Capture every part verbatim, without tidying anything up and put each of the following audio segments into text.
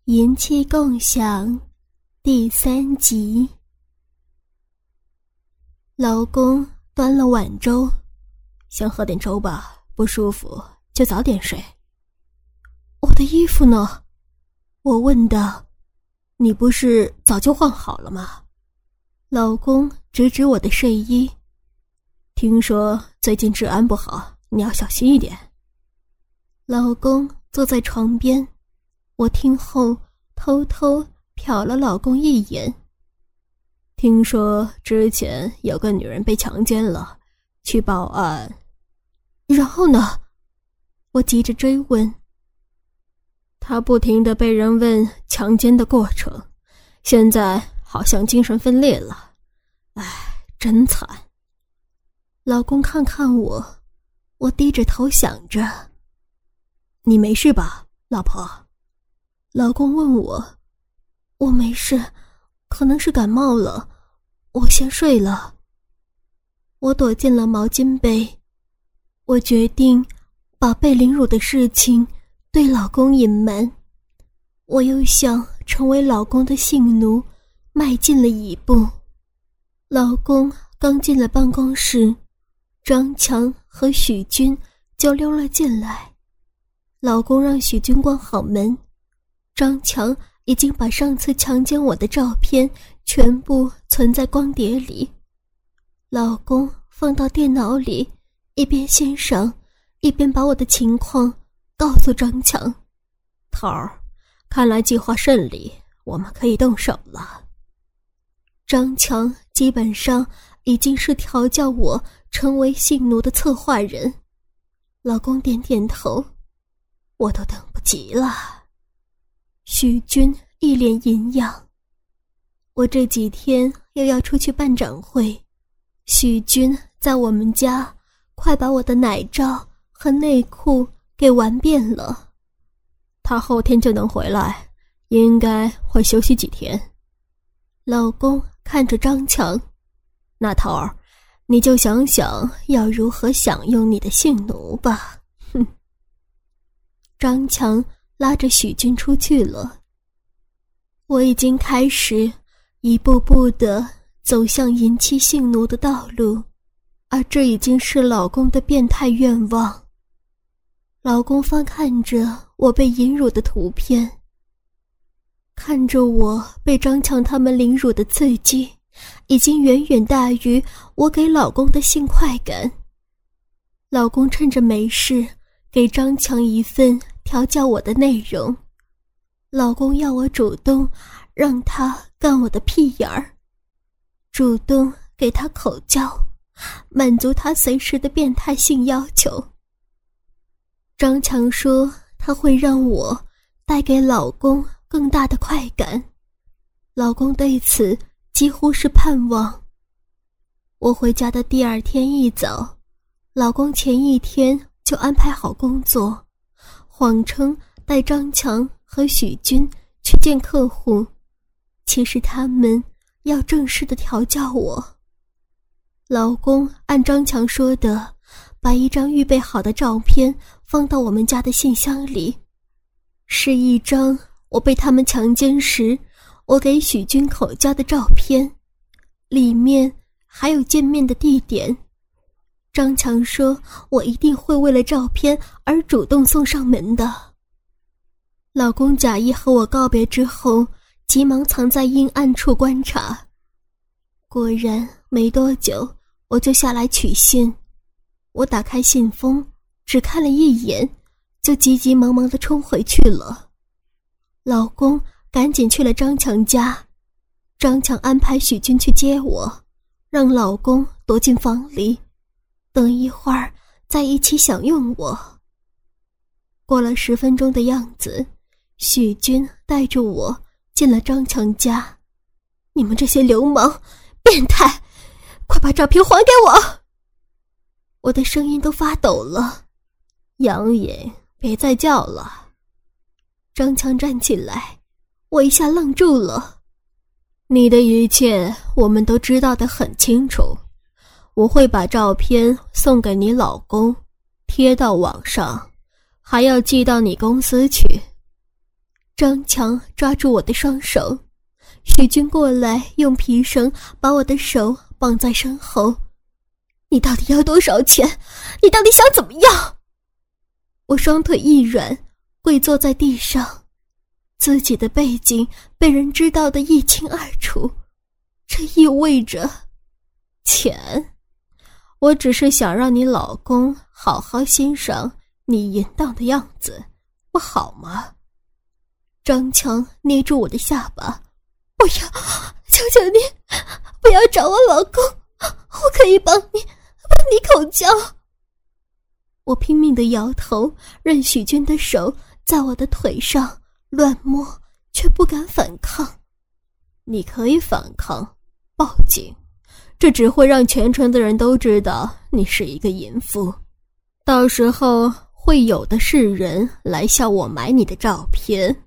淫妻共享第三集。老公端了碗粥，想喝点粥吧，不舒服就早点睡。我的衣服呢？我问道。你不是早就换好了吗？老公指指我的睡衣。听说最近治安不好，你要小心一点。老公坐在床边，我听后偷偷瞟了老公一眼。听说之前有个女人被强奸了，去报案。然后呢？我急着追问。她不停地被人问强奸的过程，现在好像精神分裂了。唉，真惨。老公看看我，我低着头想着。你没事吧，老婆？老公问我。我没事，可能是感冒了，我先睡了。我躲进了毛巾被，我决定把被凌辱的事情对老公隐瞒。我又向成为老公的性奴迈进了一步。老公刚进了办公室，张强和许军就溜了进来。老公让许军关好门，张强已经把上次强奸我的照片全部存在光碟里。老公放到电脑里，一边欣赏，一边把我的情况告诉张强。头儿，看来计划顺利，我们可以动手了。张强基本上已经是调教我成为性奴的策划人。老公点点头，我都等不及了。许军一脸淫样。我这几天又要出去办展会，许军在我们家快把我的奶罩和内裤给玩遍了。他后天就能回来，应该会休息几天。老公看着张强，那头儿，你就想想要如何享用你的性奴吧。哼。张强拉着许军出去了。我已经开始一步步地走向淫妻性奴的道路，而这已经是老公的变态愿望。老公翻看着我被淫辱的图片，看着我被张强他们凌辱的刺激，已经远远大于我给老公的性快感。老公趁着没事给张强一份调教我的内容。老公要我主动让他干我的屁眼儿，主动给他口交，满足他随时的变态性要求。张强说他会让我带给老公更大的快感，老公对此几乎是盼望。我回家的第二天一早，老公前一天就安排好工作，谎称带张强和许军去见客户，其实他们要正式的调教我。老公按张强说的，把一张预备好的照片放到我们家的信箱里，是一张我被他们强奸时我给许军口交的照片，里面还有见面的地点。张强说我一定会为了照片而主动送上门的。老公假意和我告别之后，急忙藏在阴暗处观察。果然没多久，我就下来取信。我打开信封，只看了一眼，就急急忙忙地冲回去了。老公赶紧去了张强家，张强安排许军去接我，让老公躲进房里，等一会儿再一起享用我。过了十分钟的样子，许军带着我进了张强家。你们这些流氓变态，快把照片还给我！我的声音都发抖了。杨颖，别再叫了。张强站起来，我一下愣住了。你的一切我们都知道得很清楚，我会把照片送给你老公，贴到网上，还要寄到你公司去。 张强抓住我的双手，许军过来用皮绳把我的手绑在身后。你到底要多少钱？你到底想怎么样？我双腿一软，跪坐在地上，自己的背景被人知道得一清二楚，这意味着钱。我只是想让你老公好好欣赏你淫荡的样子，不好吗？张强捏住我的下巴，不要，求求你不要找我老公，我可以帮你帮你口交。我拼命地摇头，任许军的手在我的腿上乱摸，却不敢反抗。你可以反抗，报警，这只会让全城的人都知道你是一个淫妇，到时候会有的是人来向我买你的照片。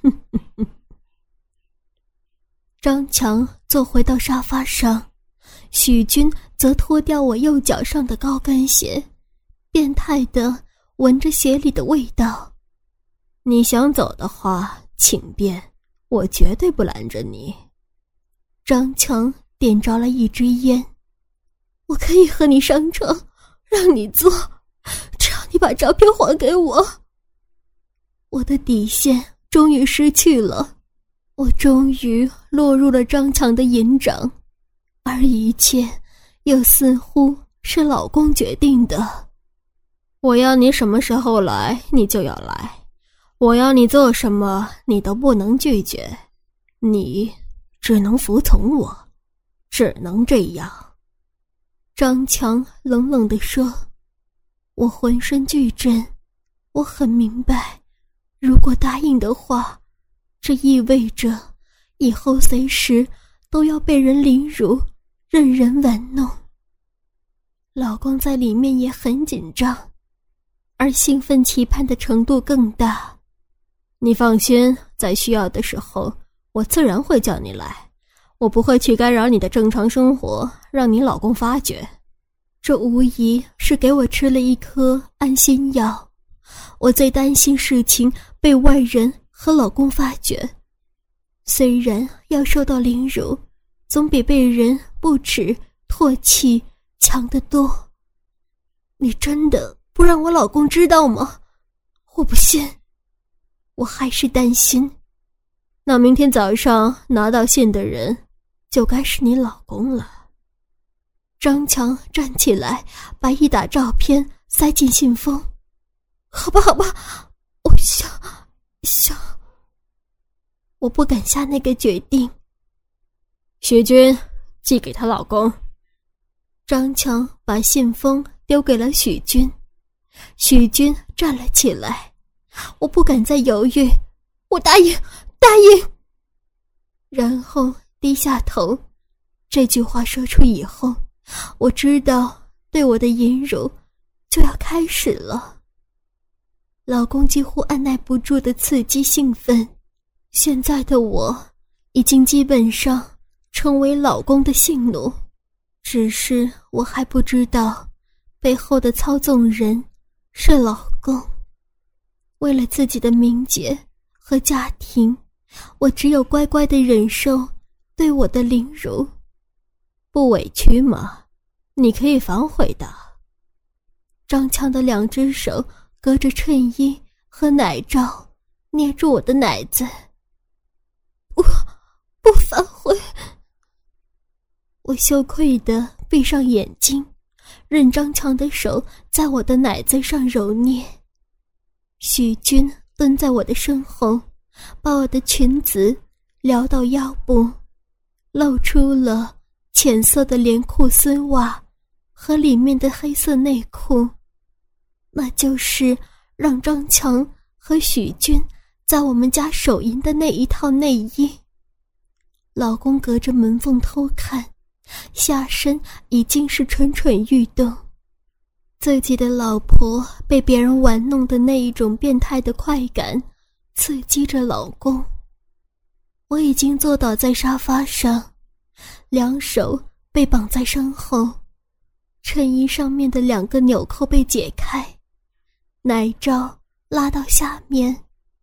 张强坐回到沙发上，许军则脱掉我右脚上的高跟鞋，变态地闻着鞋里的味道。你想走的话请便，我绝对不拦着你。张强点着了一支烟，我可以和你上床，让你做，只要你把照片还给我。我的底线终于失去了，我终于落入了张强的淫掌，而一切又似乎是老公决定的。我要你什么时候来，你就要来，我要你做什么，你都不能拒绝，你只能服从我，只能这样。张强冷冷地说。我浑身剧震，我很明白，如果答应的话，这意味着以后随时都要被人凌辱，任人玩弄。老公在里面也很紧张，而兴奋期盼的程度更大。你放心，在需要的时候，我自然会叫你来，我不会去干扰你的正常生活，让你老公发觉。这无疑是给我吃了一颗安心药。我最担心事情被外人和老公发觉，虽然要受到凌辱，总比被人不耻唾弃强得多。你真的不让我老公知道吗？我不信，我还是担心。那明天早上拿到信的人就该是你老公了。张强站起来，把一沓照片塞进信封。好吧好吧，我想想我不敢下那个决定。许军，寄给她老公。张强把信封丢给了许军。许军站了起来，我不敢再犹豫，我答应答应。然后低下头。这句话说出以后，我知道对我的淫辱就要开始了。老公几乎按耐不住的刺激兴奋，现在的我已经基本上成为老公的性奴，只是我还不知道背后的操纵人是老公。为了自己的名节和家庭，我只有乖乖地忍受对我的凌辱。不委屈吗？你可以反悔的。张强的两只手隔着衬衣和奶罩捏住我的奶子。我不反悔。我羞愧地闭上眼睛，任张强的手在我的奶子上揉捏。许军蹲在我的身后，把我的裙子撩到腰部，露出了浅色的连裤丝袜和里面的黑色内裤，那就是让张强和许军在我们家手淫的那一套内衣。老公隔着门缝偷看，下身已经是蠢蠢欲动。自己的老婆被别人玩弄的那一种变态的快感刺激着老公。我已经坐倒在沙发上，两手被绑在身后，衬衣上面的两个纽扣被解开，奶罩拉到下面，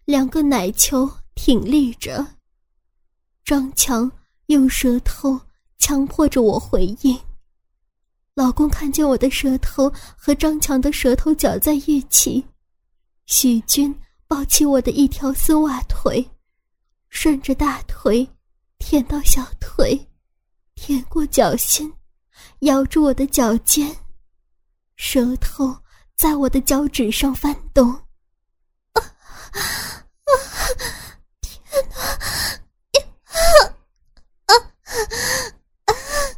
两个奶球挺立着。张强用舌头强迫着我回应。老公看见我的舌头和张强的舌头搅在一起，许军抱起我的一条丝袜腿，顺着大腿舔到小腿，舔过脚心，咬住我的脚尖，舌头在我的脚趾上翻动。啊啊！天哪！啊啊！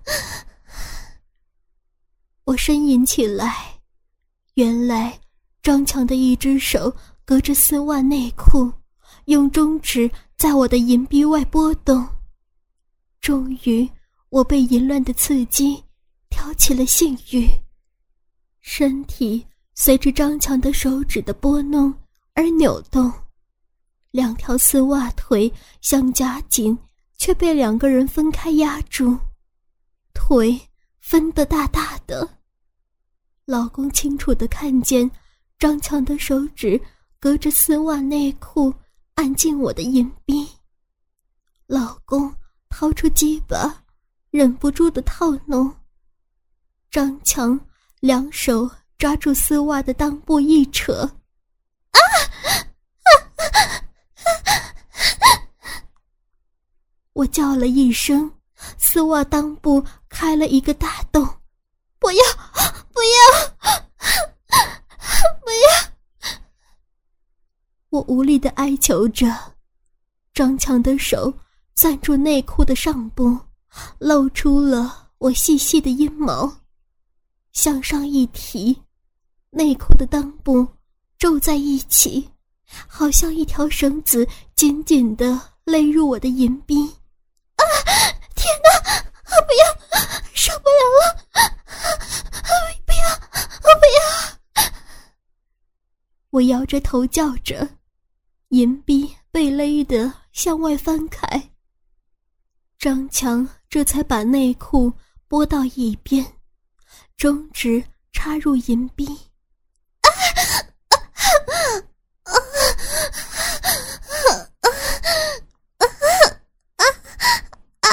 我呻吟起来，原来张强的一只手隔着丝袜内裤，用中指在我的银臂外拨动。终于，我被淫乱的刺激挑起了性欲，身体随着张强的手指的拨弄而扭动，两条丝袜腿想夹紧，却被两个人分开压住，腿分得大大的。老公清楚地看见张强的手指隔着丝袜内裤按进我的阴逼，老公掏出鸡巴，忍不住地套弄。张强两手抓住丝袜的裆部一扯，啊！我叫了一声，丝袜裆部开了一个大洞。不要，不要，不要！我无力地哀求着。张强的手攥住内裤的上部，露出了我细细的阴毛，向上一提，内裤的裆部皱在一起，好像一条绳子紧紧地勒入我的银逼。啊！天哪！不要！受不了了！不要！不要！我摇着头叫着，银逼被勒得向外翻开。张强这才把内裤拨到一边，中指插入银逼。啊！啊！啊！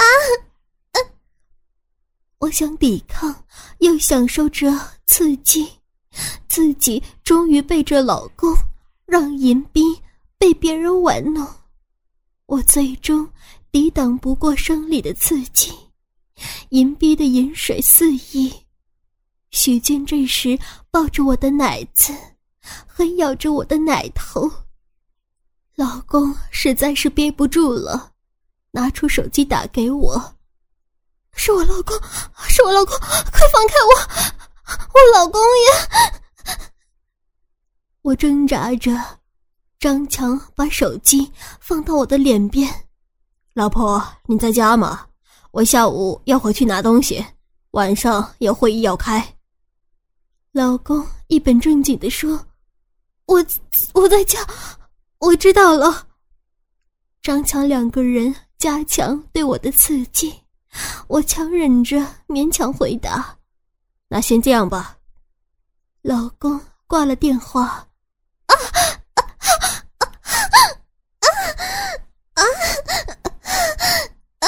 我想抵抗，又享受着刺激，自己终于背着老公，让银逼被别人玩弄。我最终抵挡不过生理的刺激，银逼的饮水四溢。许军这时抱着我的奶子，狠咬着我的奶头。老公实在是憋不住了，拿出手机打给我。是我老公，是我老公，快放开我！我老公呀！我挣扎着，张强把手机放到我的脸边。老婆，你在家吗？我下午要回去拿东西，晚上有会议要开。老公一本正经地说，我我在家，我知道了。张强两个人加强对我的刺激，我强忍着勉强回答，那先这样吧。老公挂了电话。啊啊啊啊啊啊！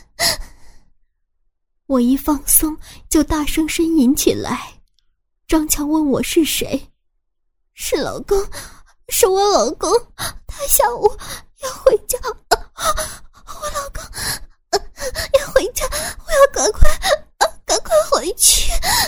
我一放松就大声呻吟起来。张强问我是谁，是老公，是我老公，他下午要回家。啊、我老公、啊、要回家，我要赶快、啊、赶快回去。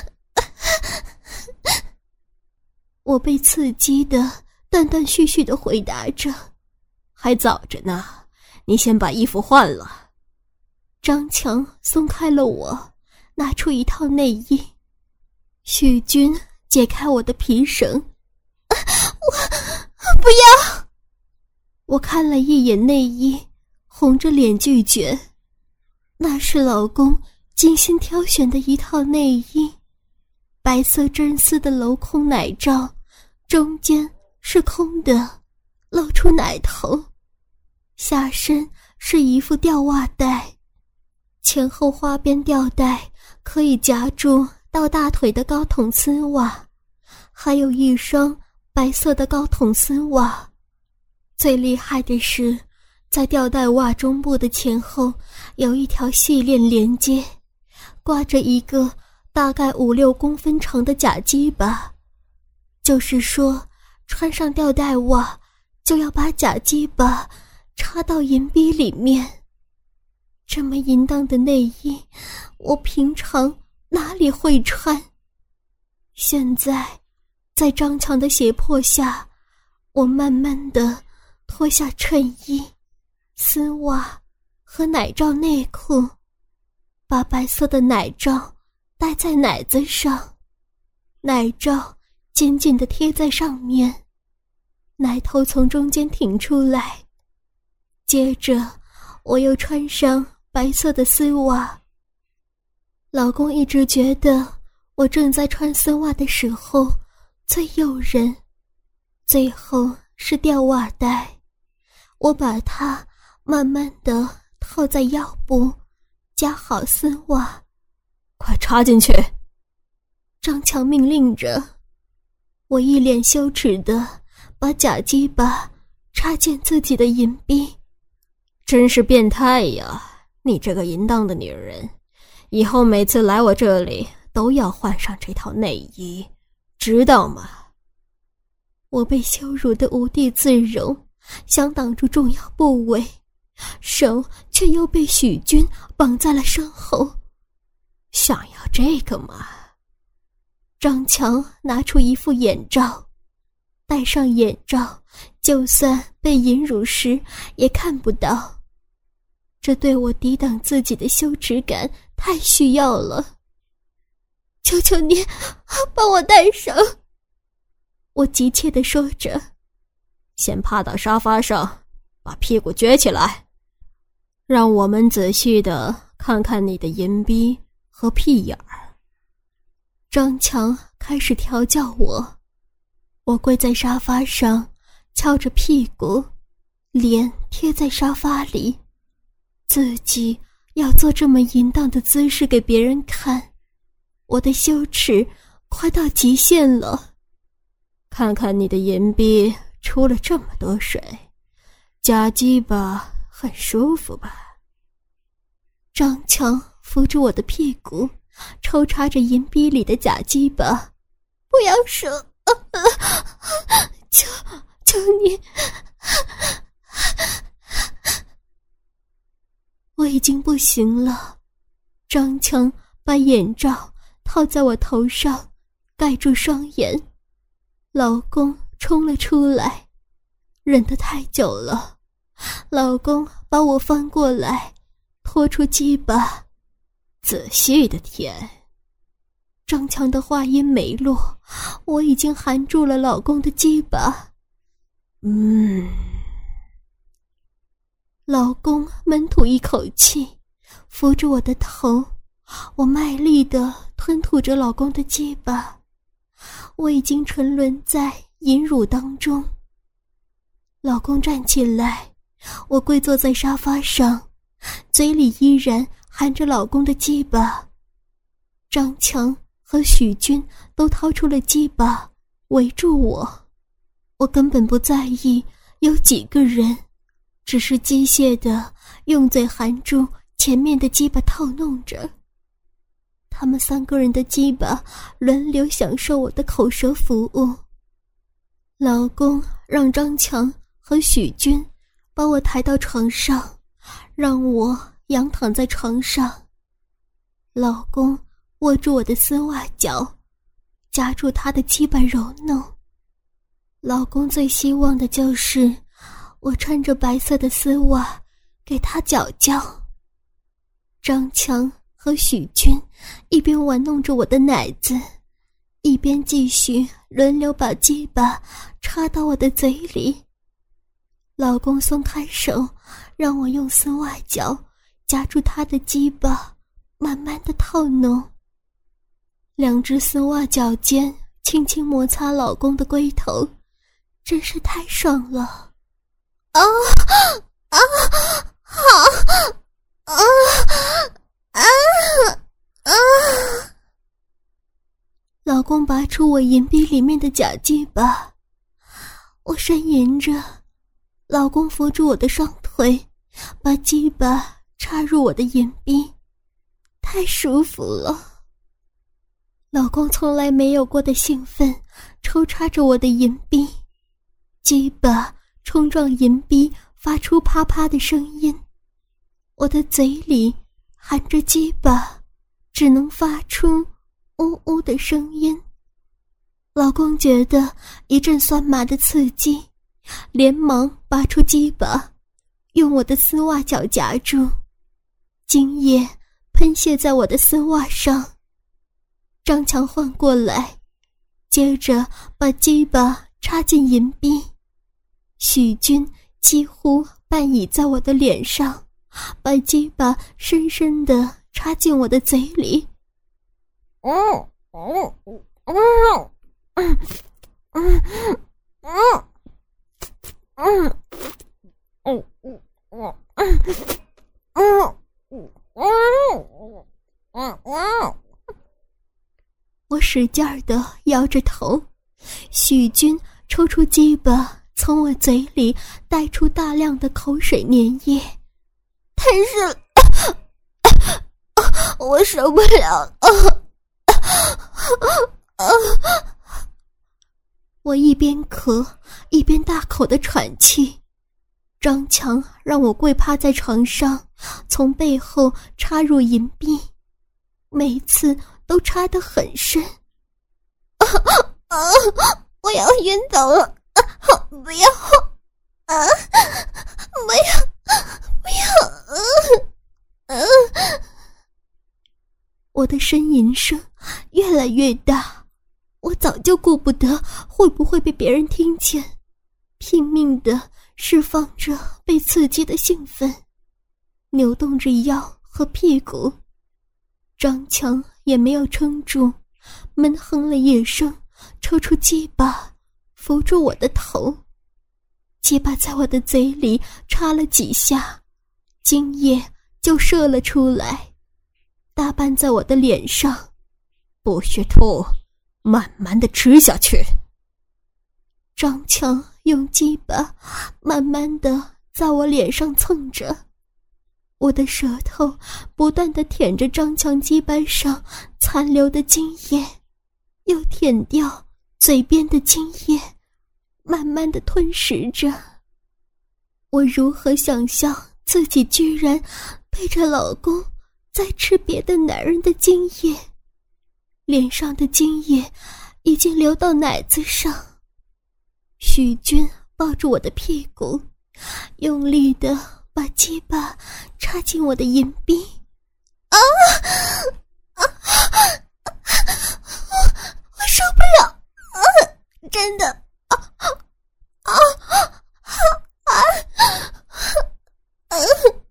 我被刺激的断断续续地回答着，还早着呢，你先把衣服换了。张强松开了我，拿出一套内衣。许军解开我的皮绳。啊、我不要！我看了一眼内衣，红着脸拒绝。那是老公精心挑选的一套内衣，白色真丝的镂空奶罩，中间是空的，露出奶头，下身是一副吊袜带，前后花边吊带可以夹住到大腿的高筒丝袜，还有一双白色的高筒丝袜， 最厉害的是，在吊带袜中部的前后有一条细链连接，挂着一个大概五六公分长的假鸡巴。就是说，穿上吊带袜就要把假鸡巴插到银逼里面。这么淫荡的内衣，我平常哪里会穿？现在，在张强的胁迫下，我慢慢地脱下衬衣、丝袜和奶罩内裤，把白色的奶罩戴在奶子上，奶罩紧紧地贴在上面，奶头从中间挺出来。接着，我又穿上白色的丝袜。老公一直觉得我正在穿丝袜的时候最诱人，最后是吊袜带，我把它慢慢地套在腰部，夹好丝袜。 快插进去！ 张强命令着。我一脸羞耻地把假鸡巴插进自己的银逼。 真是变态呀，你这个淫荡的女人，以后每次来我这里都要换上这套内衣，知道吗？ 我被羞辱得无地自容，想挡住重要部位，手却又被许军绑在了身后。 想要这个吗？ 张强拿出一副眼罩，戴上眼罩，就算被淫辱时也看不到。这对我抵挡自己的羞耻感太需要了。求求你，帮我戴上！我急切地说着。 先趴到沙发上，把屁股撅起来，让我们仔细地看看你的银逼和屁眼儿。 张强开始调教我，我跪在沙发上，翘着屁股，脸贴在沙发里，自己要做这么淫荡的姿势给别人看，我的羞耻快到极限了。 看看你的银逼出了这么多水，假鸡巴很舒服吧？ 张强扶住我的屁股，抽插着银逼里的假鸡巴。不要射！求求你！我已经不行了。张强把眼罩套在我头上，盖住双眼。老公冲了出来，忍得太久了。老公把我翻过来，拖出鸡巴， 仔细的舔。 张强的话音没落，我已经含住了老公的鸡巴。 嗯。 老公闷吐一口气，扶住我的头，我卖力地吞吐着老公的鸡巴。我已经沉沦在淫辱当中。老公站起来，我跪坐在沙发上，嘴里依然含着老公的鸡巴。张强和许军都掏出了鸡巴围住我，我根本不在意有几个人，只是机械地用嘴含住前面的鸡巴套弄着。他们三个人的鸡巴轮流享受我的口舌服务。老公让张强和许军把我抬到床上，让我仰躺在床上。老公握住我的丝袜脚，夹住他的鸡巴揉弄。老公最希望的就是我穿着白色的丝袜给他脚脚。张强和许军一边玩弄着我的奶子，一边继续轮流把鸡巴插到我的嘴里。老公松开手，让我用丝袜脚夹住他的鸡巴，慢慢的套弄。两只丝袜脚尖轻轻摩擦老公的龟头，真是太爽了。啊啊好啊啊啊！老公拔出我银币里面的假鸡巴，我呻吟着， 老公扶住我的双腿，把鸡巴插入我的阴蒂，太舒服了。老公从来没有过的兴奋抽插着我的阴蒂，鸡巴冲撞阴蒂发出啪啪的声音，我的嘴里含着鸡巴只能发出呜呜的声音。老公觉得一阵酸麻的刺激，连忙拔出鸡巴，用我的丝袜脚夹住，精液喷泻在我的丝袜上。张强换过来，接着把鸡巴插进银币。许军几乎半倚在我的脸上，把鸡巴深深地插进我的嘴里。嗯嗯嗯嗯嗯嗯嗯嗯嗯嗯嗯嗯，我使劲儿地摇着头，许军抽出鸡巴，从我嘴里带出大量的口水粘液，但是我受不了了。我一边咳一边大口的喘气。张强让我跪趴在床上，从背后插入银币，每次都插得很深。啊啊！我要晕倒了！啊、不要！啊！不要！不要！啊啊！我的呻吟声越来越大，我早就顾不得会不会被别人听见，拼命地释放着被刺激的兴奋，扭动着腰和屁股。张强也没有撑住，闷哼了一声，抽出鸡巴扶住我的头，鸡巴在我的嘴里插了几下，精液就射了出来，大半在我的脸上。不许吐，慢慢地吃下去。张强用鸡巴慢慢地在我脸上蹭着，我的舌头不断地舔着张强鸡巴上残留的精液，又舔掉嘴边的精液，慢慢地吞食着。我如何想象自己居然背着老公在吃别的男人的精液，脸上的精液已经流到奶子上。许军抱住我的屁股，用力地把鸡巴插进我的阴币。啊啊！我受不了！啊，真的！啊啊啊啊！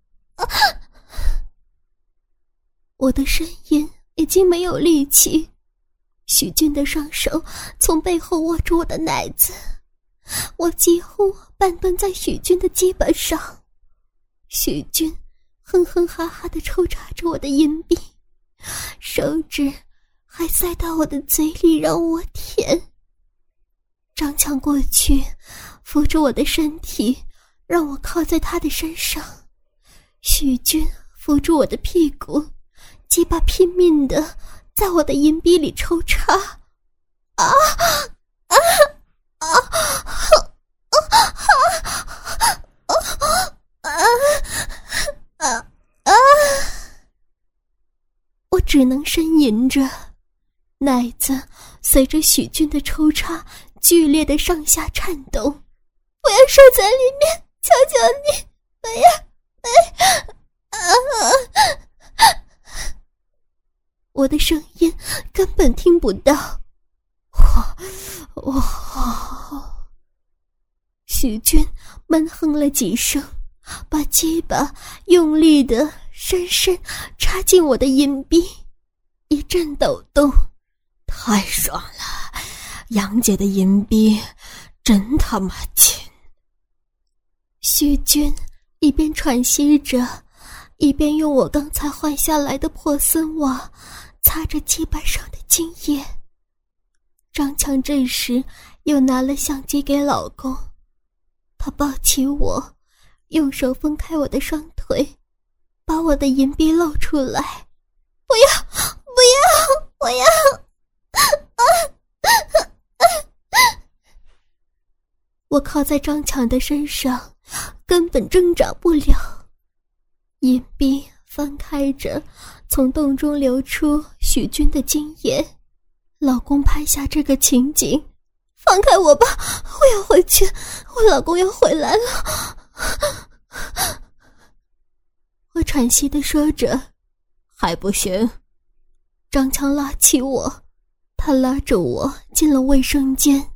我的呻吟已经没有力气，许军的双手从背后握住我的奶子，我几乎半蹲在许军的鸡巴上。许军哼哼哈哈地抽插着我的阴蒂，手指还塞到我的嘴里让我舔。张强过去扶住我的身体，让我靠在他的身上。许军扶住我的屁股，鸡巴拼命地在我的阴蒂里抽插。啊啊啊啊啊啊！我只能呻吟着，奶子随着许军的抽插剧烈的上下颤动。我要受在里面，求求你，不要！哎啊！我的声音根本听不到。我我，许军闷哼了几声，把鸡巴用力的深深插进我的阴蒂，一阵抖动。太爽了，杨姐的阴蒂真他妈紧。许军一边喘息着，一边用我刚才换下来的破丝袜擦着鸡巴上的精液。张强这时又拿了相机给老公， 他抱起我，用手分开我的双腿，把我的银币露出来。不要，不要，我要！啊啊啊、我靠在张强的身上，根本挣扎不了。银币翻开着，从洞中流出许君的精液。老公拍下这个情景，放开我吧，我要回去，我老公要回来了。我喘息地说着。 还不行。 张强拉起我，他拉着我进了卫生间。